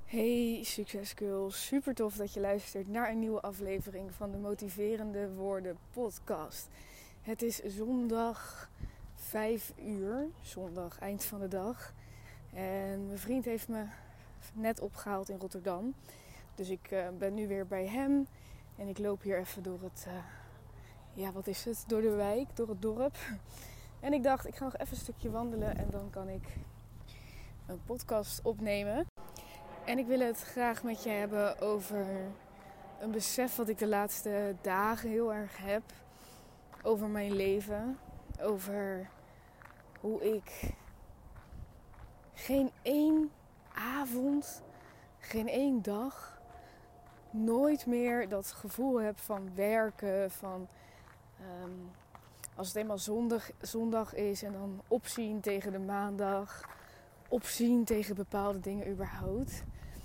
Hey Succesgirl, super tof dat je luistert naar een nieuwe aflevering van de Motiverende Woorden podcast. Het is zondag 5 uur, zondag eind van de dag. En mijn vriend heeft me net opgehaald in Rotterdam. Dus ik ben nu weer bij hem en ik loop hier even door het, door de wijk, door het dorp. En ik dacht, ik ga nog even een stukje wandelen en dan kan ik een podcast opnemen. En ik wil het graag met je hebben over een besef wat ik de laatste dagen heel erg heb. Over mijn leven. Over hoe ik geen één avond, geen één dag, nooit meer dat gevoel heb van werken. Van als het eenmaal zondag is en dan opzien tegen de maandag. Opzien tegen bepaalde dingen überhaupt.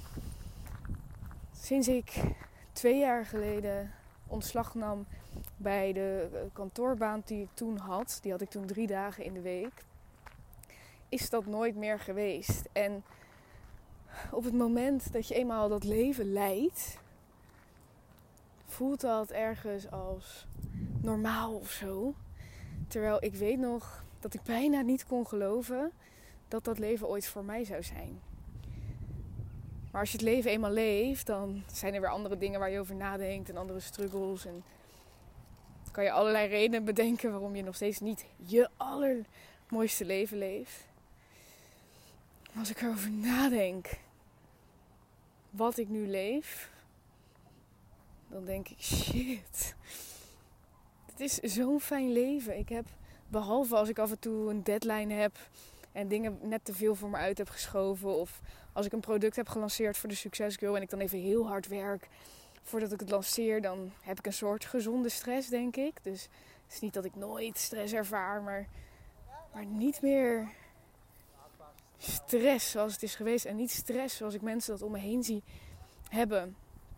Sinds ik 2 jaar geleden ontslag nam bij de kantoorbaan die ik toen had, die had ik toen 3 dagen in de week, is dat nooit meer geweest. En op het moment dat je eenmaal dat leven leidt, voelt dat ergens als normaal of zo. Terwijl ik weet nog dat ik bijna niet kon geloven dat dat leven ooit voor mij zou zijn. Maar als je het leven eenmaal leeft, dan zijn er weer andere dingen waar je over nadenkt en andere struggles. En kan je allerlei redenen bedenken waarom je nog steeds niet je allermooiste leven leeft. Maar als ik erover nadenk wat ik nu leef, dan denk ik, shit. Het is zo'n fijn leven. Ik heb, behalve als ik af en toe een deadline heb en dingen net te veel voor me uit heb geschoven. Of als ik een product heb gelanceerd voor de Succesgirl en ik dan even heel hard werk voordat ik het lanceer, dan heb ik een soort gezonde stress, denk ik. Dus het is niet dat ik nooit stress ervaar, maar niet meer stress zoals het is geweest. En niet stress zoals ik mensen dat om me heen zie hebben.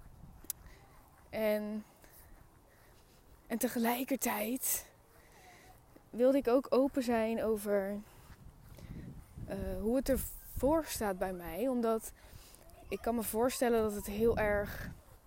En tegelijkertijd wilde ik ook open zijn over hoe het ervoor staat bij mij. Omdat ik kan me voorstellen dat het heel erg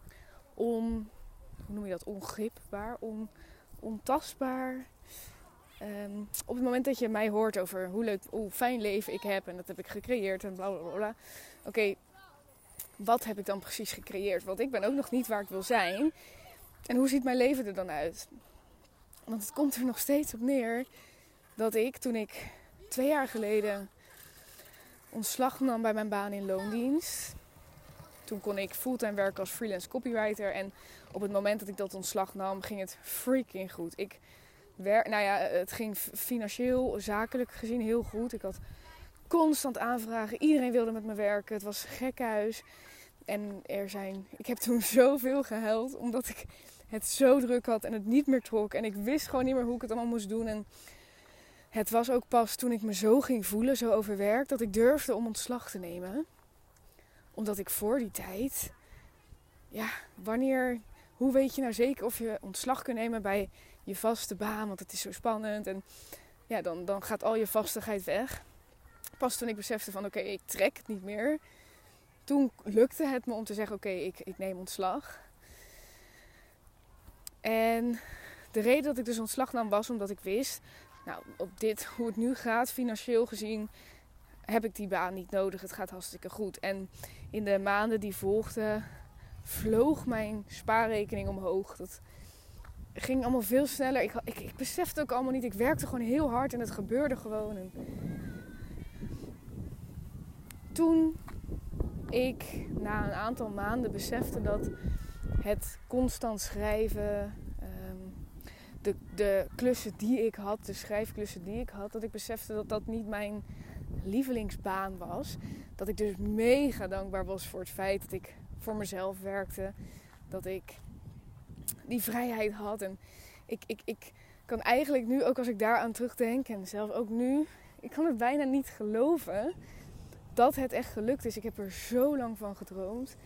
ongripbaar, ontastbaar. Op het moment dat je mij hoort over hoe fijn leven ik heb en dat heb ik gecreëerd en bla bla bla. Oké, wat heb ik dan precies gecreëerd? Want ik ben ook nog niet waar ik wil zijn. En hoe ziet mijn leven er dan uit? Want het komt er nog steeds op neer dat ik, toen ik 2 jaar geleden ontslag nam bij mijn baan in loondienst. Toen kon ik fulltime werken als freelance copywriter. En op het moment dat ik dat ontslag nam, ging het freaking goed. Het ging financieel, zakelijk gezien heel goed. Ik had constant aanvragen. Iedereen wilde met me werken. Het was gekhuis. En ik heb toen zoveel gehuild, omdat ik het zo druk had en het niet meer trok. En ik wist gewoon niet meer hoe ik het allemaal moest doen. En het was ook pas toen ik me zo ging voelen, zo overwerkt, dat ik durfde om ontslag te nemen. Omdat ik voor die tijd, hoe weet je nou zeker of je ontslag kunt nemen bij je vaste baan? Want het is zo spannend en ja, dan gaat al je vastigheid weg. Pas toen ik besefte van oké, ik trek het niet meer. Toen lukte het me om te zeggen oké, ik neem ontslag. En de reden dat ik dus ontslag nam was omdat ik wist, hoe het nu gaat, financieel gezien, heb ik die baan niet nodig. Het gaat hartstikke goed. En in de maanden die volgden, vloog mijn spaarrekening omhoog. Dat ging allemaal veel sneller. Ik besefte ook allemaal niet. Ik werkte gewoon heel hard en het gebeurde gewoon. En toen ik na een aantal maanden besefte dat het constant schrijven, de klussen die ik had, de schrijfklussen die ik had, dat ik besefte dat dat niet mijn lievelingsbaan was. Dat ik dus mega dankbaar was voor het feit dat ik voor mezelf werkte. Dat ik die vrijheid had. En ik kan eigenlijk nu, ook als ik daaraan terugdenk, en zelf ook nu, ik kan het bijna niet geloven dat het echt gelukt is. Ik heb er zo lang van gedroomd.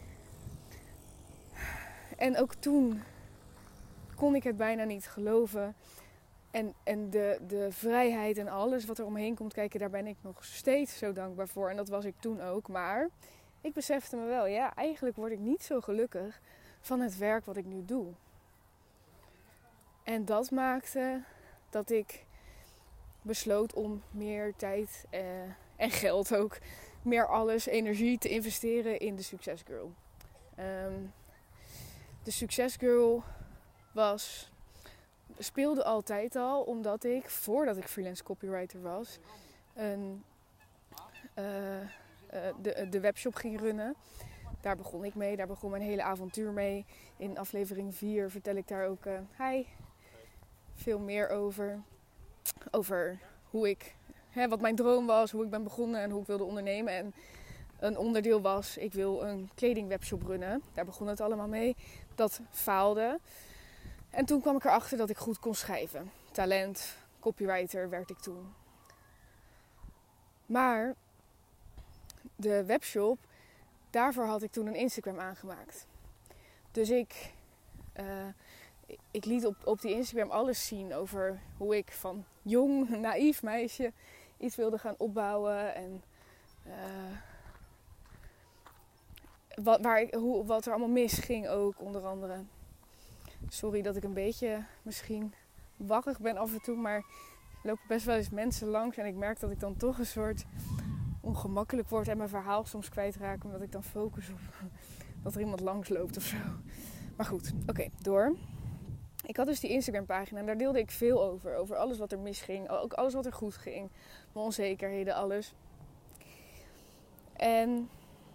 En ook toen kon ik het bijna niet geloven. En de vrijheid en alles wat er omheen komt kijken, daar ben ik nog steeds zo dankbaar voor. En dat was ik toen ook. Maar ik besefte me wel, ja, eigenlijk word ik niet zo gelukkig van het werk wat ik nu doe. En dat maakte dat ik besloot om meer tijd en geld ook, meer alles, energie te investeren in de Success Girl. De Success Girl speelde altijd al, omdat ik, voordat ik freelance copywriter was, de webshop ging runnen. Daar begon ik mee, daar begon mijn hele avontuur mee. In aflevering 4 vertel ik daar ook veel meer over. Over hoe ik, wat mijn droom was, hoe ik ben begonnen en hoe ik wilde ondernemen. En een onderdeel was, ik wil een kledingwebshop runnen. Daar begon het allemaal mee. Dat faalde. En toen kwam ik erachter dat ik goed kon schrijven. Talent, copywriter werd ik toen. Maar de webshop, daarvoor had ik toen een Instagram aangemaakt. Dus ik liet op die Instagram alles zien over hoe ik van jong, naïef meisje iets wilde gaan opbouwen. En wat er allemaal misging ook, onder andere. Sorry dat ik een beetje misschien wakkig ben af en toe, maar er lopen best wel eens mensen langs. En ik merk dat ik dan toch een soort ongemakkelijk word en mijn verhaal soms kwijtraak. Omdat ik dan focus op dat er iemand langs loopt of zo. Maar goed, oké, door. Ik had dus die Instagram pagina en daar deelde ik veel over. Over alles wat er misging, ook alles wat er goed ging. Mijn onzekerheden, alles. En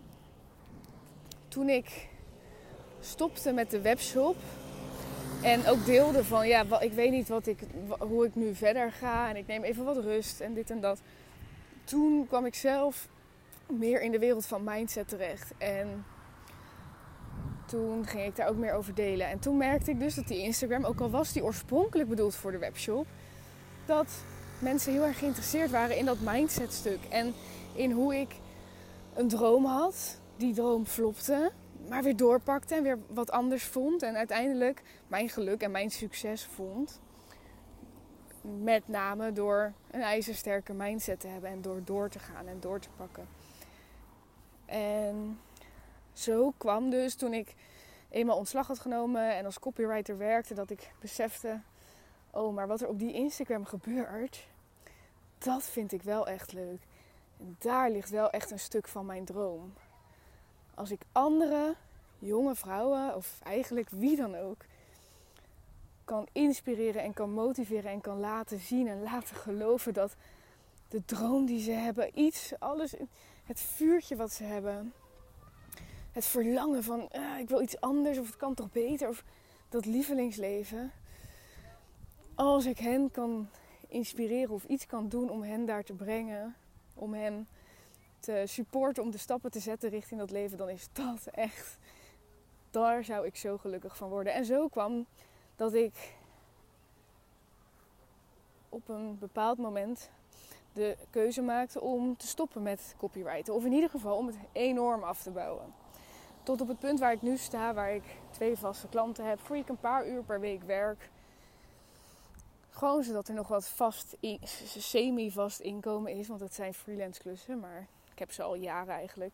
toen ik stopte met de webshop en ook deelde van, ja, ik weet niet hoe ik nu verder ga en ik neem even wat rust en dit en dat. Toen kwam ik zelf meer in de wereld van mindset terecht en toen ging ik daar ook meer over delen. En toen merkte ik dus dat die Instagram, ook al was die oorspronkelijk bedoeld voor de webshop, dat mensen heel erg geïnteresseerd waren in dat mindsetstuk. En in hoe ik een droom had, die droom flopte, maar weer doorpakte en weer wat anders vond. En uiteindelijk mijn geluk en mijn succes vond. Met name door een ijzersterke mindset te hebben en door te gaan en door te pakken. En zo kwam dus toen ik eenmaal ontslag had genomen en als copywriter werkte, dat ik besefte, oh, maar wat er op die Instagram gebeurt, dat vind ik wel echt leuk. En daar ligt wel echt een stuk van mijn droom. Als ik andere jonge vrouwen, of eigenlijk wie dan ook, kan inspireren en kan motiveren en kan laten zien en laten geloven dat de droom die ze hebben, alles, het vuurtje wat ze hebben, het verlangen van ik wil iets anders of het kan toch beter, of dat lievelingsleven. Als ik hen kan inspireren of iets kan doen om hen daar te brengen, om hen te supporten, om de stappen te zetten richting dat leven, dan is dat echt, daar zou ik zo gelukkig van worden. En zo kwam dat ik op een bepaald moment de keuze maakte om te stoppen met copywriten. Of in ieder geval om het enorm af te bouwen. Tot op het punt waar ik nu sta, waar ik 2 vaste klanten heb, voor ik een paar uur per week werk. Gewoon zodat er nog wat semi-vast inkomen is, want het zijn freelance klussen, maar ik heb ze al jaren eigenlijk.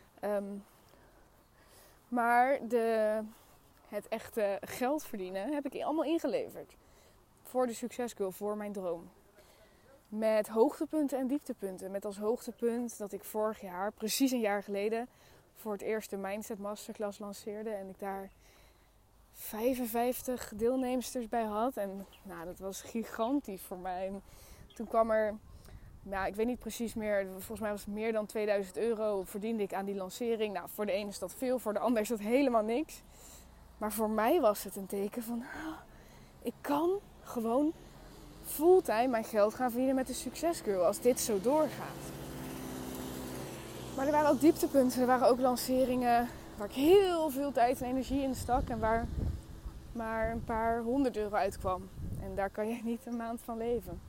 Maar het echte geld verdienen heb ik allemaal ingeleverd. Voor de Success Girl, voor mijn droom. Met hoogtepunten en dieptepunten. Met als hoogtepunt dat ik vorig jaar, precies een jaar geleden, voor het eerst de Mindset Masterclass lanceerde. En ik daar 55 deelnemsters bij had. En nou, dat was gigantisch voor mij. En toen kwam er, ik weet niet precies meer, volgens mij was het meer dan €2000 verdiende ik aan die lancering. Nou, voor de ene is dat veel, voor de ander is dat helemaal niks. Maar voor mij was het een teken van, ik kan gewoon fulltime mijn geld gaan verdienen met de Success Girl als dit zo doorgaat. Maar er waren ook dieptepunten, er waren ook lanceringen waar ik heel veel tijd en energie in stak en waar maar een paar €100 uitkwam. En daar kan je niet een maand van leven.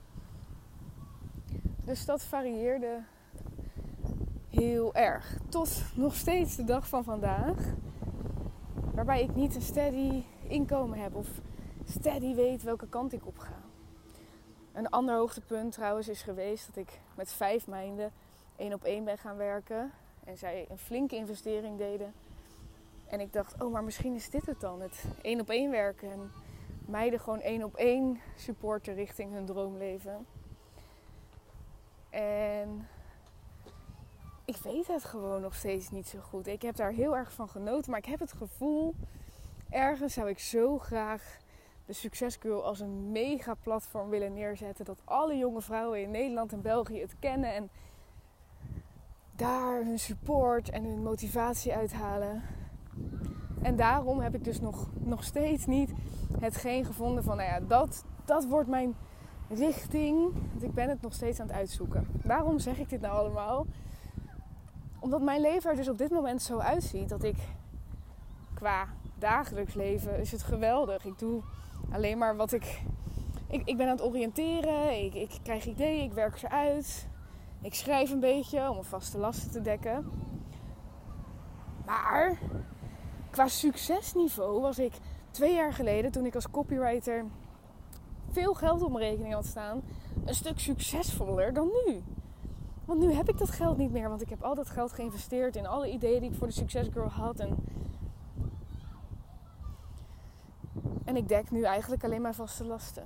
Dus dat varieerde heel erg. Tot nog steeds de dag van vandaag. Waarbij ik niet een steady inkomen heb of steady weet welke kant ik op ga. Een ander hoogtepunt trouwens is geweest dat ik met 5 meiden 1-op-1 ben gaan werken. En zij een flinke investering deden. En ik dacht, oh, maar misschien is dit het dan. Het 1-op-1 werken. En meiden gewoon 1-op-1 supporten richting hun droomleven. En ik weet het gewoon nog steeds niet zo goed. Ik heb daar heel erg van genoten. Maar ik heb het gevoel, ergens zou ik zo graag de Success Girl als een mega platform willen neerzetten. Dat alle jonge vrouwen in Nederland en België het kennen. En daar hun support en hun motivatie uithalen. En daarom heb ik dus nog steeds niet hetgeen gevonden van, nou ja, dat wordt mijn richting. Want ik ben het nog steeds aan het uitzoeken. Waarom zeg ik dit nou allemaal? Omdat mijn leven er dus op dit moment zo uitziet dat ik qua dagelijks leven is het geweldig. Ik doe alleen maar wat ik ben aan het oriënteren. Ik krijg ideeën, ik werk ze uit. Ik schrijf een beetje om mijn vaste lasten te dekken. Maar qua succesniveau was ik 2 jaar geleden, toen ik als copywriter veel geld op mijn rekening had staan, een stuk succesvoller dan nu. Want nu heb ik dat geld niet meer, want ik heb al dat geld geïnvesteerd in alle ideeën die ik voor de Success Girl had. En ik dek nu eigenlijk alleen maar vaste lasten.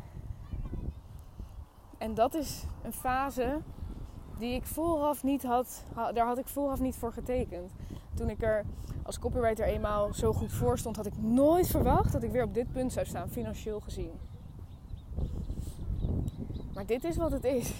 En dat is een fase die ik vooraf niet had. Daar had ik vooraf niet voor getekend. Toen ik er als copywriter eenmaal zo goed voor stond, had ik nooit verwacht dat ik weer op dit punt zou staan, financieel gezien. Maar dit is wat het is.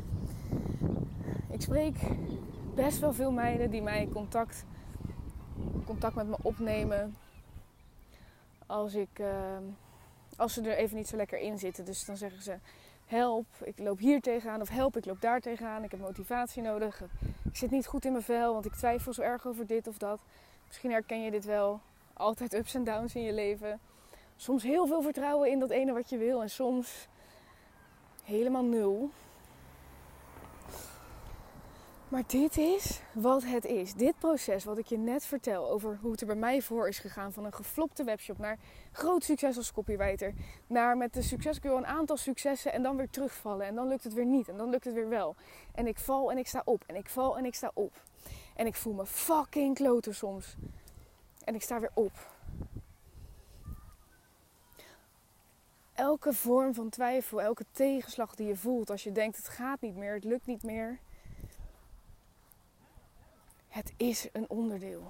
Ik spreek best wel veel meiden die mij contact met me opnemen als ze er even niet zo lekker in zitten. Dus dan zeggen ze, help, ik loop hier tegenaan, of help, ik loop daar tegenaan, ik heb motivatie nodig. Ik zit niet goed in mijn vel, want ik twijfel zo erg over dit of dat. Misschien herken je dit wel. Altijd ups en downs in je leven. Soms heel veel vertrouwen in dat ene wat je wil en soms helemaal 0. Maar dit is wat het is. Dit proces wat ik je net vertel over hoe het er bij mij voor is gegaan. Van een geflopte webshop naar groot succes als copywriter. Naar met de Success Girl een aantal successen en dan weer terugvallen. En dan lukt het weer niet en dan lukt het weer wel. En ik val en ik sta op. En ik val en ik sta op. En ik voel me fucking kloten soms. En ik sta weer op. Elke vorm van twijfel, elke tegenslag die je voelt als je denkt het gaat niet meer, het lukt niet meer. Het is een onderdeel.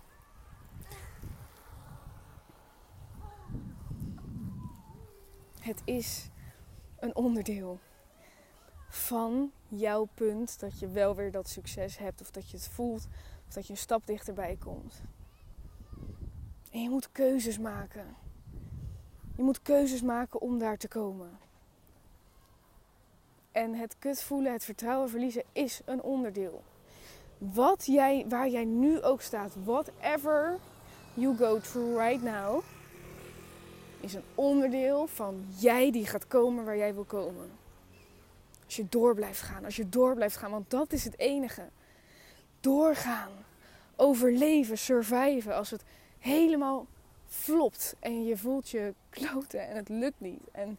Het is een onderdeel van jouw punt dat je wel weer dat succes hebt. Of dat je het voelt. Of dat je een stap dichterbij komt. En je moet keuzes maken. Je moet keuzes maken om daar te komen. En het kut voelen, het vertrouwen verliezen is een onderdeel. Waar jij nu ook staat, whatever you go through right now, is een onderdeel van jij die gaat komen waar jij wil komen. Als je door blijft gaan, want dat is het enige. Doorgaan, overleven, surviven. Als het helemaal flopt en je voelt je kloten en het lukt niet. En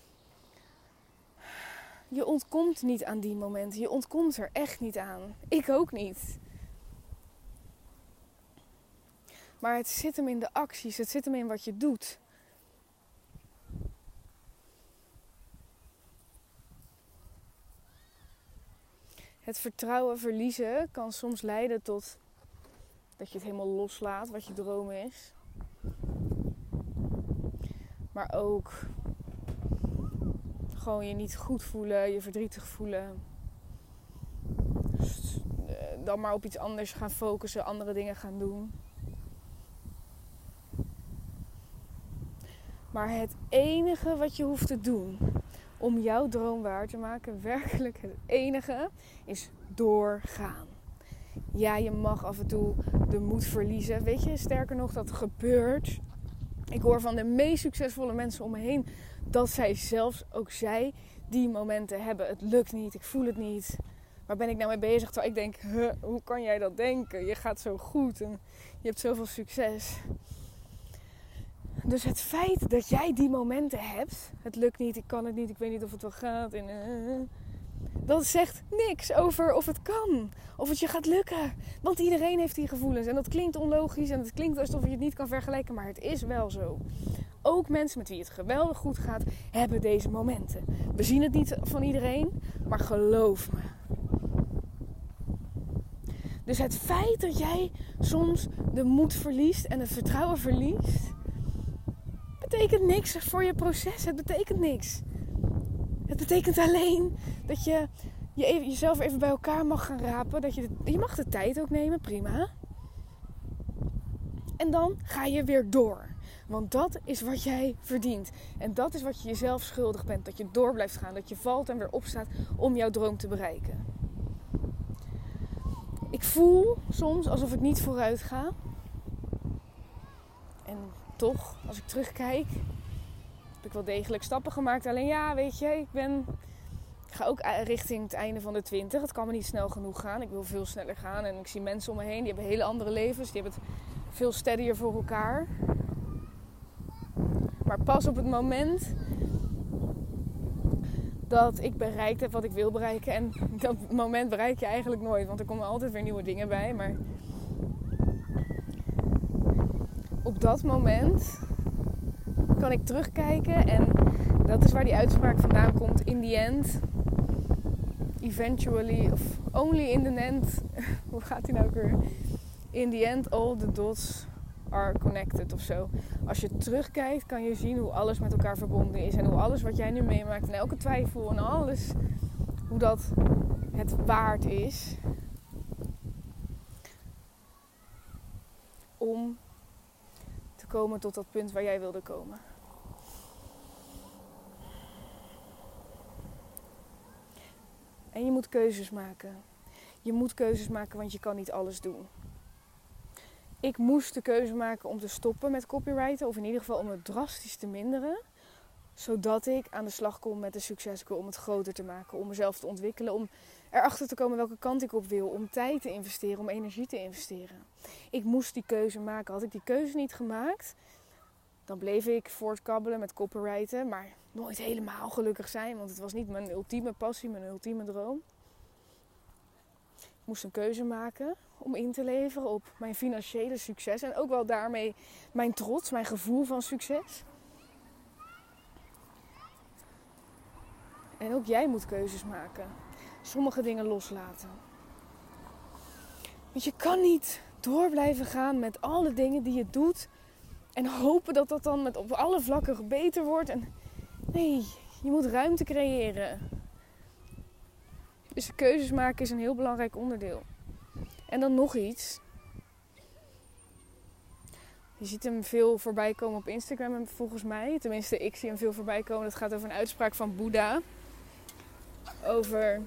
je ontkomt niet aan die momenten. Je ontkomt er echt niet aan. Ik ook niet. Maar het zit hem in de acties. Het zit hem in wat je doet. Het vertrouwen verliezen kan soms leiden tot dat je het helemaal loslaat wat je droom is. Maar ook gewoon je niet goed voelen, je verdrietig voelen. Dan maar op iets anders gaan focussen, andere dingen gaan doen. Maar het enige wat je hoeft te doen om jouw droom waar te maken, werkelijk het enige, is doorgaan. Ja, je mag af en toe de moed verliezen. Weet je, sterker nog, dat gebeurt. Ik hoor van de meest succesvolle mensen om me heen dat zij die momenten hebben. Het lukt niet, ik voel het niet. Waar ben ik nou mee bezig? Terwijl ik denk, hoe kan jij dat denken? Je gaat zo goed en je hebt zoveel succes. Dus het feit dat jij die momenten hebt, het lukt niet, ik kan het niet, ik weet niet of het wel gaat. Dat zegt niks over of het kan. Of het je gaat lukken. Want iedereen heeft die gevoelens. En dat klinkt onlogisch. En het klinkt alsof je het niet kan vergelijken. Maar het is wel zo. Ook mensen met wie het geweldig goed gaat, hebben deze momenten. We zien het niet van iedereen. Maar geloof me. Dus het feit dat jij soms de moed verliest en het vertrouwen verliest, betekent niks voor je proces. Het betekent niks. Het betekent alleen dat je jezelf even bij elkaar mag gaan rapen. Dat je mag de tijd ook nemen, prima. En dan ga je weer door. Want dat is wat jij verdient. En dat is wat je jezelf schuldig bent. Dat je door blijft gaan. Dat je valt en weer opstaat om jouw droom te bereiken. Ik voel soms alsof ik niet vooruit ga. En toch, als ik terugkijk, heb ik wel degelijk stappen gemaakt. Alleen ja, weet je, ik ga ook richting het einde van de 20. Het kan me niet snel genoeg gaan. Ik wil veel sneller gaan. En ik zie mensen om me heen, die hebben hele andere levens. Die hebben het veel steadier voor elkaar. Maar pas op het moment dat ik bereikt heb wat ik wil bereiken. En dat moment bereik je eigenlijk nooit. Want er komen altijd weer nieuwe dingen bij. Maar op dat moment kan ik terugkijken. En dat is waar die uitspraak vandaan komt. In the end, eventually, of only in the end. Hoe gaat die nou ook weer? In the end, all the dots are connected of zo. Als je terugkijkt, kan je zien hoe alles met elkaar verbonden is. En hoe alles wat jij nu meemaakt en elke twijfel en alles, hoe dat het waard is om te komen tot dat punt waar jij wilde komen. En je moet keuzes maken. Je moet keuzes maken, want je kan niet alles doen. Ik moest de keuze maken om te stoppen met copywriten. Of in ieder geval om het drastisch te minderen. Zodat ik aan de slag kom met de succesgoal. Om het groter te maken. Om mezelf te ontwikkelen. Om erachter te komen welke kant ik op wil. Om tijd te investeren. Om energie te investeren. Ik moest die keuze maken. Had ik die keuze niet gemaakt, dan bleef ik voortkabbelen met copywriten. Maar nooit helemaal gelukkig zijn. Want het was niet mijn ultieme passie. Mijn ultieme droom. Ik moest een keuze maken om in te leveren op mijn financiële succes. En ook wel daarmee mijn trots, mijn gevoel van succes. En ook jij moet keuzes maken. Sommige dingen loslaten. Want je kan niet door blijven gaan met alle dingen die je doet. En hopen dat dat dan op alle vlakken beter wordt. En nee, je moet ruimte creëren. Dus keuzes maken is een heel belangrijk onderdeel. En dan nog iets. Je ziet hem veel voorbij komen op Instagram volgens mij. Tenminste, ik zie hem veel voorbij komen. Het gaat over een uitspraak van Boeddha. Over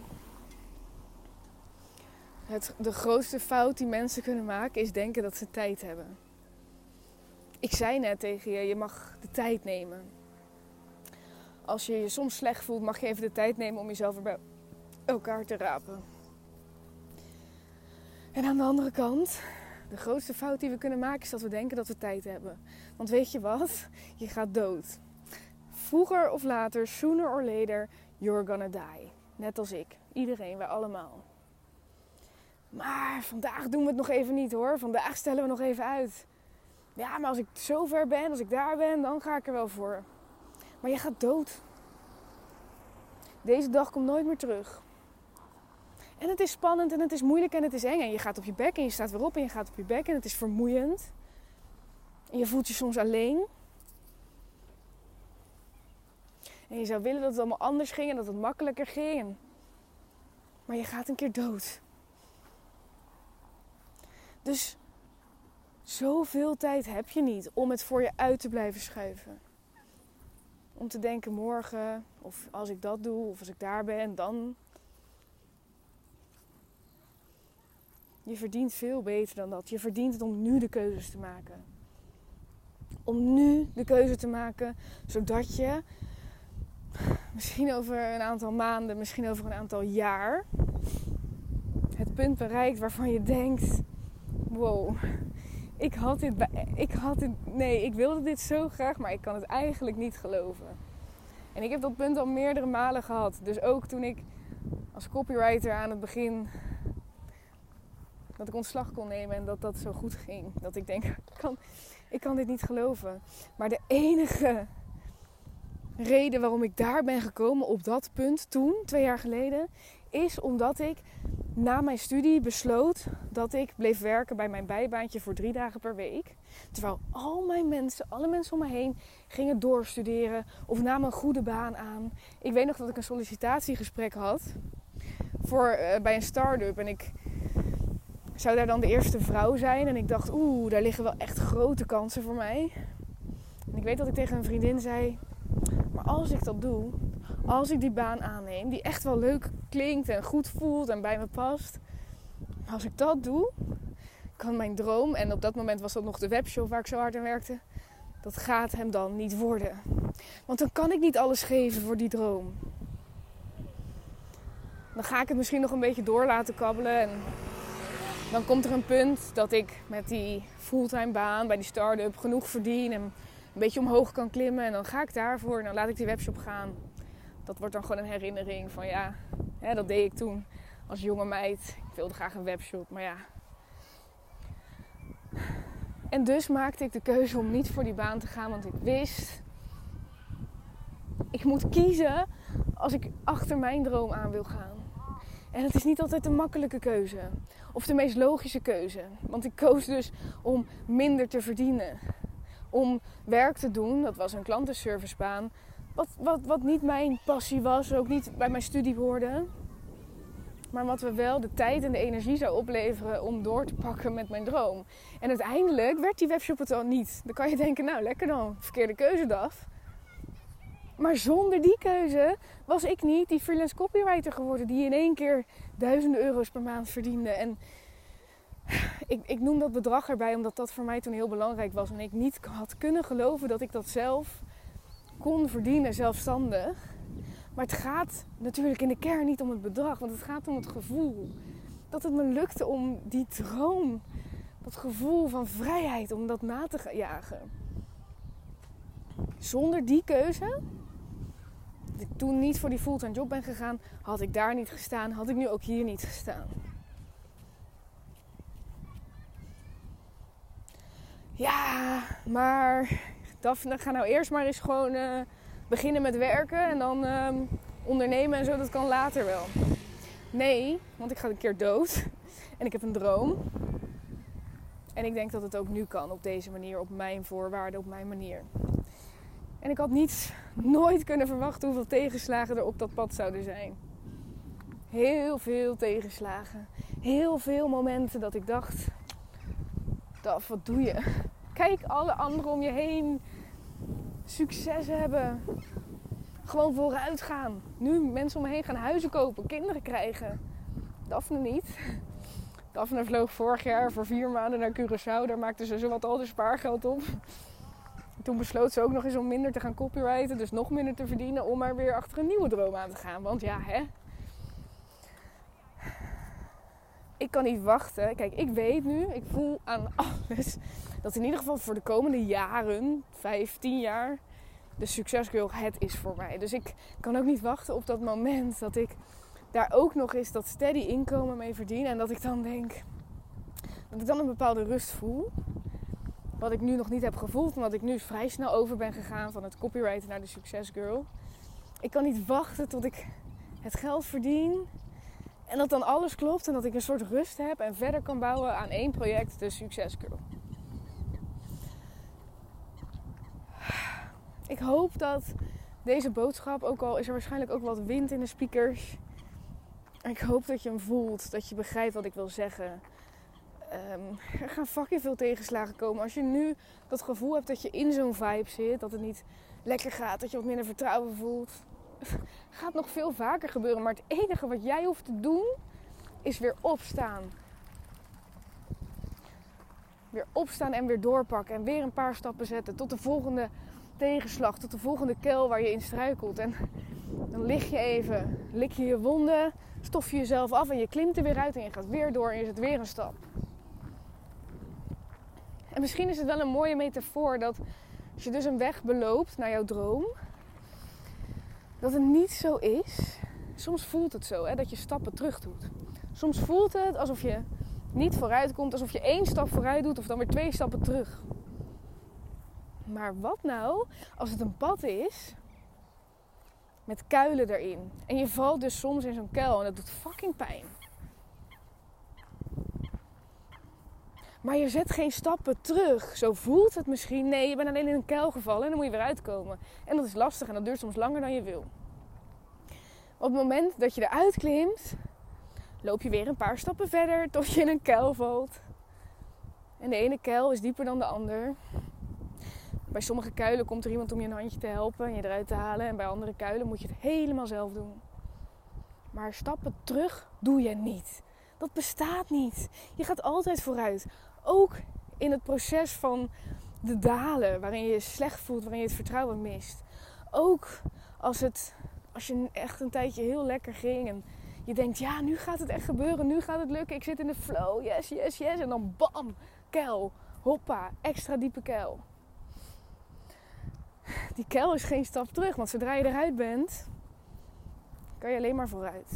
de grootste fout die mensen kunnen maken is denken dat ze tijd hebben. Ik zei net tegen je, je mag de tijd nemen. Als je je soms slecht voelt, mag je even de tijd nemen om jezelf weer bij elkaar te rapen. En aan de andere kant, de grootste fout die we kunnen maken is dat we denken dat we tijd hebben. Want weet je wat? Je gaat dood. Vroeger of later, sooner or later, you're gonna die. Net als ik. Iedereen, wij allemaal. Maar vandaag doen we het nog even niet hoor. Vandaag stellen we nog even uit. Ja, maar als ik zo ver ben, als ik daar ben, dan ga ik er wel voor. Maar je gaat dood. Deze dag komt nooit meer terug. En het is spannend en het is moeilijk en het is eng. En je gaat op je bek en je staat weer op en je gaat op je bek en het is vermoeiend. En je voelt je soms alleen. En je zou willen dat het allemaal anders ging en dat het makkelijker ging. Maar je gaat een keer dood. Dus zoveel tijd heb je niet om het voor je uit te blijven schuiven. Om te denken morgen, of als ik dat doe, of als ik daar ben, dan. Je verdient veel beter dan dat. Je verdient het om nu de keuzes te maken. Om nu de keuze te maken, zodat je misschien over een aantal maanden, misschien over een aantal jaar, het punt bereikt waarvan je denkt, wow, ik wilde dit zo graag, maar ik kan het eigenlijk niet geloven. En ik heb dat punt al meerdere malen gehad. Dus ook toen ik als copywriter aan het begin dat ik ontslag kon nemen en dat zo goed ging. Dat ik denk, ik kan dit niet geloven. Maar de enige reden waarom ik daar ben gekomen op dat punt toen, 2 jaar geleden, is omdat ik na mijn studie besloot dat ik bleef werken bij mijn bijbaantje voor 3 dagen per week. Terwijl alle mensen om me heen gingen doorstuderen of namen een goede baan aan. Ik weet nog dat ik een sollicitatiegesprek had bij een start-up en ik zou daar dan de eerste vrouw zijn. En ik dacht, daar liggen wel echt grote kansen voor mij. En ik weet dat ik tegen een vriendin zei, maar als ik dat doe, als ik die baan aanneem, die echt wel leuk klinkt en goed voelt en bij me past. Als ik dat doe, kan mijn droom, en op dat moment was dat nog de webshop waar ik zo hard aan werkte, dat gaat hem dan niet worden. Want dan kan ik niet alles geven voor die droom. Dan ga ik het misschien nog een beetje door laten kabbelen en dan komt er een punt dat ik met die fulltime baan bij die start-up genoeg verdien en een beetje omhoog kan klimmen. En dan ga ik daarvoor en dan laat ik die webshop gaan. Dat wordt dan gewoon een herinnering van dat deed ik toen als jonge meid. Ik wilde graag een webshop, maar ja. En dus maakte ik de keuze om niet voor die baan te gaan, want ik wist, ik moet kiezen als ik achter mijn droom aan wil gaan. En het is niet altijd de makkelijke keuze. Of de meest logische keuze. Want ik koos dus om minder te verdienen. Om werk te doen, dat was een klantenservicebaan. Wat niet mijn passie was, ook niet bij mijn studie hoorde. Maar wat we wel de tijd en de energie zou opleveren om door te pakken met mijn droom. En uiteindelijk werd die webshop het al niet. Dan kan je denken, nou lekker dan, verkeerde keuze DAF. Maar zonder die keuze was ik niet die freelance copywriter geworden die in één keer duizenden euro's per maand verdiende. En ik noem dat bedrag erbij omdat dat voor mij toen heel belangrijk was. En ik niet had kunnen geloven dat ik dat zelf kon verdienen, zelfstandig. Maar het gaat natuurlijk in de kern niet om het bedrag, want het gaat om het gevoel. Dat het me lukte om die droom, dat gevoel van vrijheid, om dat na te jagen. Zonder die keuze, dat ik toen niet voor die fulltime job ben gegaan, had ik daar niet gestaan, had ik nu ook hier niet gestaan. Ja, maar Daphne, ga nou eerst maar eens gewoon beginnen met werken en dan ondernemen en zo, dat kan later wel. Nee, want ik ga een keer dood en ik heb een droom. En ik denk dat het ook nu kan op deze manier, op mijn voorwaarden, op mijn manier. En ik had nooit kunnen verwachten hoeveel tegenslagen er op dat pad zouden zijn. Heel veel tegenslagen. Heel veel momenten dat ik dacht, Daf, wat doe je? Kijk, alle anderen om je heen succes hebben. Gewoon vooruit gaan. Nu mensen om me heen gaan huizen kopen, kinderen krijgen. Daphne niet. Daphne vloog vorig jaar voor 4 maanden naar Curaçao. Daar maakte ze zowat al de spaargeld op. Toen besloot ze ook nog eens om minder te gaan copywriten. Dus nog minder te verdienen om maar weer achter een nieuwe droom aan te gaan. Want ja, ik kan niet wachten. Kijk, ik weet nu, ik voel aan alles dat in ieder geval voor de komende jaren, 5, 10 jaar, de Success Girl het is voor mij. Dus ik kan ook niet wachten op dat moment dat ik daar ook nog eens dat steady inkomen mee verdien. En dat ik dan denk, dat ik dan een bepaalde rust voel. Wat ik nu nog niet heb gevoeld, omdat ik nu vrij snel over ben gegaan van het copywriten naar de Success Girl. Ik kan niet wachten tot ik het geld verdien. En dat dan alles klopt en dat ik een soort rust heb en verder kan bouwen aan 1 project, de Success Girl. Ik hoop dat deze boodschap, ook al is er waarschijnlijk ook wat wind in de speakers. Ik hoop dat je hem voelt, dat je begrijpt wat ik wil zeggen. Er gaan fucking veel tegenslagen komen. Als je nu dat gevoel hebt dat je in zo'n vibe zit, dat het niet lekker gaat, dat je wat minder vertrouwen voelt. Gaat nog veel vaker gebeuren, maar het enige wat jij hoeft te doen is weer opstaan. Weer opstaan en weer doorpakken en weer een paar stappen zetten tot de volgende tegenslag, tot de volgende kuil waar je in struikelt. En dan lig je even, lik je je wonden, stof je jezelf af en je klimt er weer uit en je gaat weer door en je zet weer een stap. En misschien is het wel een mooie metafoor dat als je dus een weg beloopt naar jouw droom, dat het niet zo is Soms voelt het zo, dat je stappen terug doet. Soms voelt het alsof je niet vooruit komt, alsof je 1 stap vooruit doet of dan weer 2 stappen terug. Maar wat nou als het een pad is met kuilen erin. En je valt dus soms in zo'n kuil en dat doet fucking pijn. Maar je zet geen stappen terug. Zo voelt het misschien. Nee, je bent alleen in een kuil gevallen en dan moet je weer uitkomen. En dat is lastig en dat duurt soms langer dan je wil. Op het moment dat je eruit klimt, loop je weer een paar stappen verder tot je in een kuil valt. En de ene kuil is dieper dan de ander. Bij sommige kuilen komt er iemand om je een handje te helpen en je eruit te halen. En bij andere kuilen moet je het helemaal zelf doen. Maar stappen terug doe je niet. Dat bestaat niet. Je gaat altijd vooruit. Ook in het proces van de dalen, waarin je je slecht voelt, waarin je het vertrouwen mist. Ook als je echt een tijdje heel lekker ging en je denkt, ja, nu gaat het echt gebeuren, nu gaat het lukken, ik zit in de flow, yes, yes, yes. En dan bam, kuil, hoppa, extra diepe kuil. Die kuil is geen stap terug, want zodra je eruit bent, kan je alleen maar vooruit.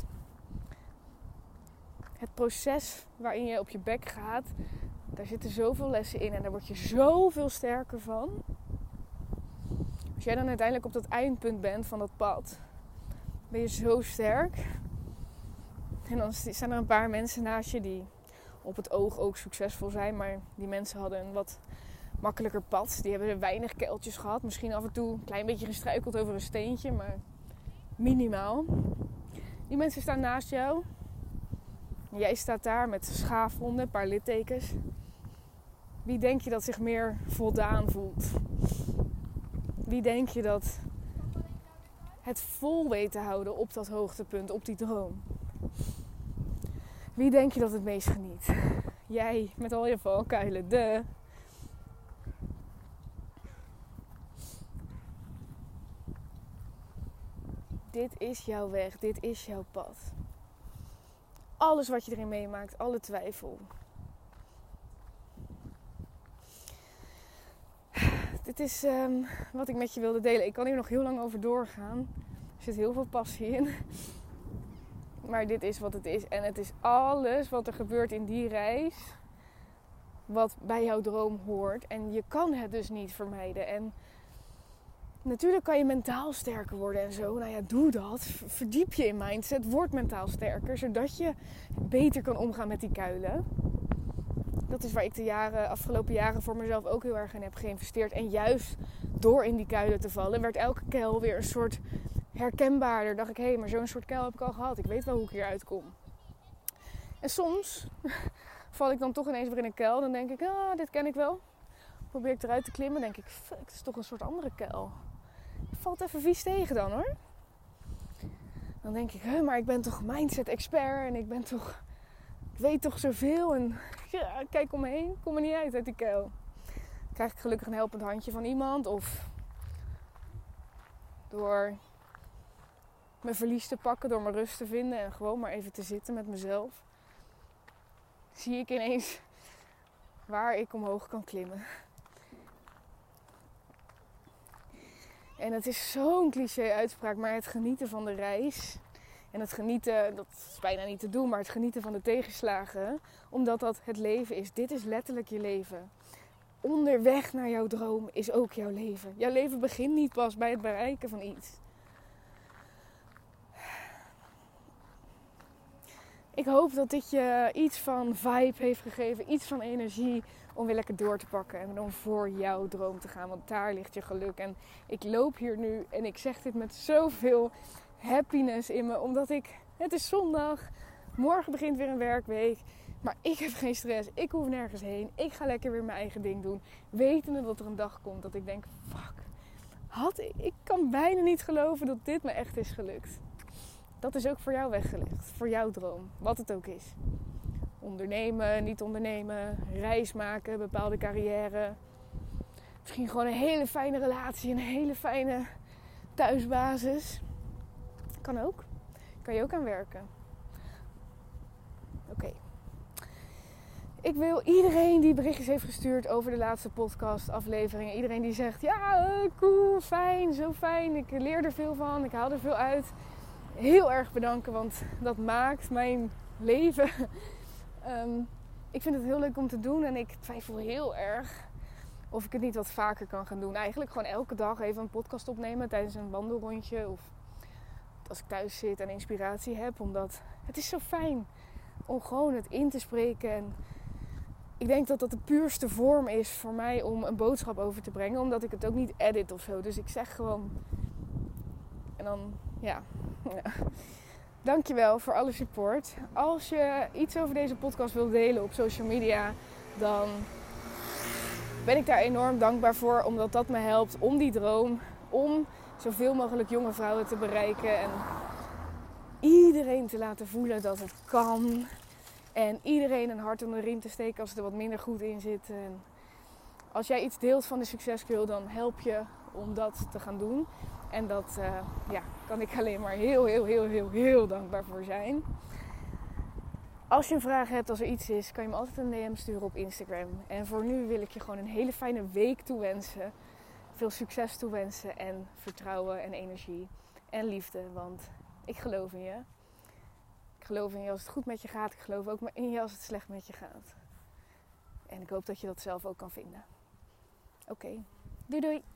Het proces waarin je op je bek gaat, daar zitten zoveel lessen in en daar word je zoveel sterker van. Als jij dan uiteindelijk op dat eindpunt bent van dat pad, ben je zo sterk. En dan zijn er een paar mensen naast je die op het oog ook succesvol zijn, maar die mensen hadden een wat makkelijker pad. Die hebben er weinig kuiltjes gehad. Misschien af en toe een klein beetje gestruikeld over een steentje, maar minimaal. Die mensen staan naast jou. En jij staat daar met schaafwonden, een paar littekens. Wie denk je dat zich meer voldaan voelt? Wie denk je dat het vol weet te houden op dat hoogtepunt, op die droom? Wie denk je dat het meest geniet? Jij met al je valkuilen, Dit is jouw weg, dit is jouw pad. Alles wat je erin meemaakt, alle twijfel. Dit is wat ik met je wilde delen. Ik kan hier nog heel lang over doorgaan. Er zit heel veel passie in. Maar dit is wat het is. En het is alles wat er gebeurt in die reis, wat bij jouw droom hoort. En je kan het dus niet vermijden. En natuurlijk kan je mentaal sterker worden en zo. Nou ja, doe dat. Verdiep je in mindset. Word mentaal sterker. Zodat je beter kan omgaan met die kuilen. Dat is waar ik de afgelopen jaren voor mezelf ook heel erg in heb geïnvesteerd. En juist door in die kuilen te vallen, werd elke kuil weer een soort herkenbaarder. Dacht ik, hé, maar zo'n soort kuil heb ik al gehad. Ik weet wel hoe ik hier uitkom. En soms val ik dan toch ineens weer in een kuil. Dan denk ik, dit ken ik wel. Probeer ik eruit te klimmen. Dan denk ik, fuck, het is toch een soort andere kuil. Het valt even vies tegen dan, hoor. Dan denk ik, maar ik ben toch mindset expert. En ik weet toch zoveel. En ja, kijk om me heen. Ik kom er niet uit die kuil. Dan krijg ik gelukkig een helpend handje van iemand. Of door mijn verlies te pakken. Door mijn rust te vinden. En gewoon maar even te zitten met mezelf. Zie ik ineens waar ik omhoog kan klimmen. En het is zo'n cliché uitspraak. Maar het genieten van de reis. En het genieten, dat is bijna niet te doen, maar het genieten van de tegenslagen. Omdat dat het leven is. Dit is letterlijk je leven. Onderweg naar jouw droom is ook jouw leven. Jouw leven begint niet pas bij het bereiken van iets. Ik hoop dat dit je iets van vibe heeft gegeven. Iets van energie om weer lekker door te pakken. En om voor jouw droom te gaan. Want daar ligt je geluk. En ik loop hier nu en ik zeg dit met zoveel happiness in me, omdat het is zondag, morgen begint weer een werkweek, maar ik heb geen stress, ik hoef nergens heen, ik ga lekker weer mijn eigen ding doen, wetende dat er een dag komt dat ik denk, fuck, ik kan bijna niet geloven dat dit me echt is gelukt. Dat is ook voor jou weggelegd, voor jouw droom, wat het ook is. Ondernemen, niet ondernemen, reis maken, bepaalde carrière, misschien gewoon een hele fijne relatie, een hele fijne thuisbasis. Kan ook. Kan je ook aan werken. Oké. Ik wil iedereen die berichtjes heeft gestuurd over de laatste podcast afleveringen. Iedereen die zegt, ja, cool, fijn, zo fijn. Ik leer er veel van. Ik haal er veel uit. heel erg bedanken, want dat maakt mijn leven. Ik vind het heel leuk om te doen en ik twijfel heel erg of ik het niet wat vaker kan gaan doen. Eigenlijk gewoon elke dag even een podcast opnemen tijdens een wandelrondje of als ik thuis zit en inspiratie heb. Omdat het is zo fijn om gewoon het in te spreken. En ik denk dat dat de puurste vorm is voor mij om een boodschap over te brengen. Omdat ik het ook niet edit of zo. Dus ik zeg gewoon. En dan, ja. Dankjewel voor alle support. Als je iets over deze podcast wilt delen op social media, dan ben ik daar enorm dankbaar voor. Omdat dat me helpt om die droom, om zoveel mogelijk jonge vrouwen te bereiken. En iedereen te laten voelen dat het kan. En iedereen een hart onder de riem te steken als ze er wat minder goed in zitten. En als jij iets deelt van de succescurve, dan help je om dat te gaan doen. En dat kan ik alleen maar heel dankbaar voor zijn. Als je een vraag hebt, als er iets is, kan je me altijd een DM sturen op Instagram. En voor nu wil ik je gewoon een hele fijne week toewensen. Veel succes toewensen en vertrouwen en energie en liefde. Want ik geloof in je. Ik geloof in je als het goed met je gaat. Ik geloof ook in je als het slecht met je gaat. En ik hoop dat je dat zelf ook kan vinden. Oké, doei doei!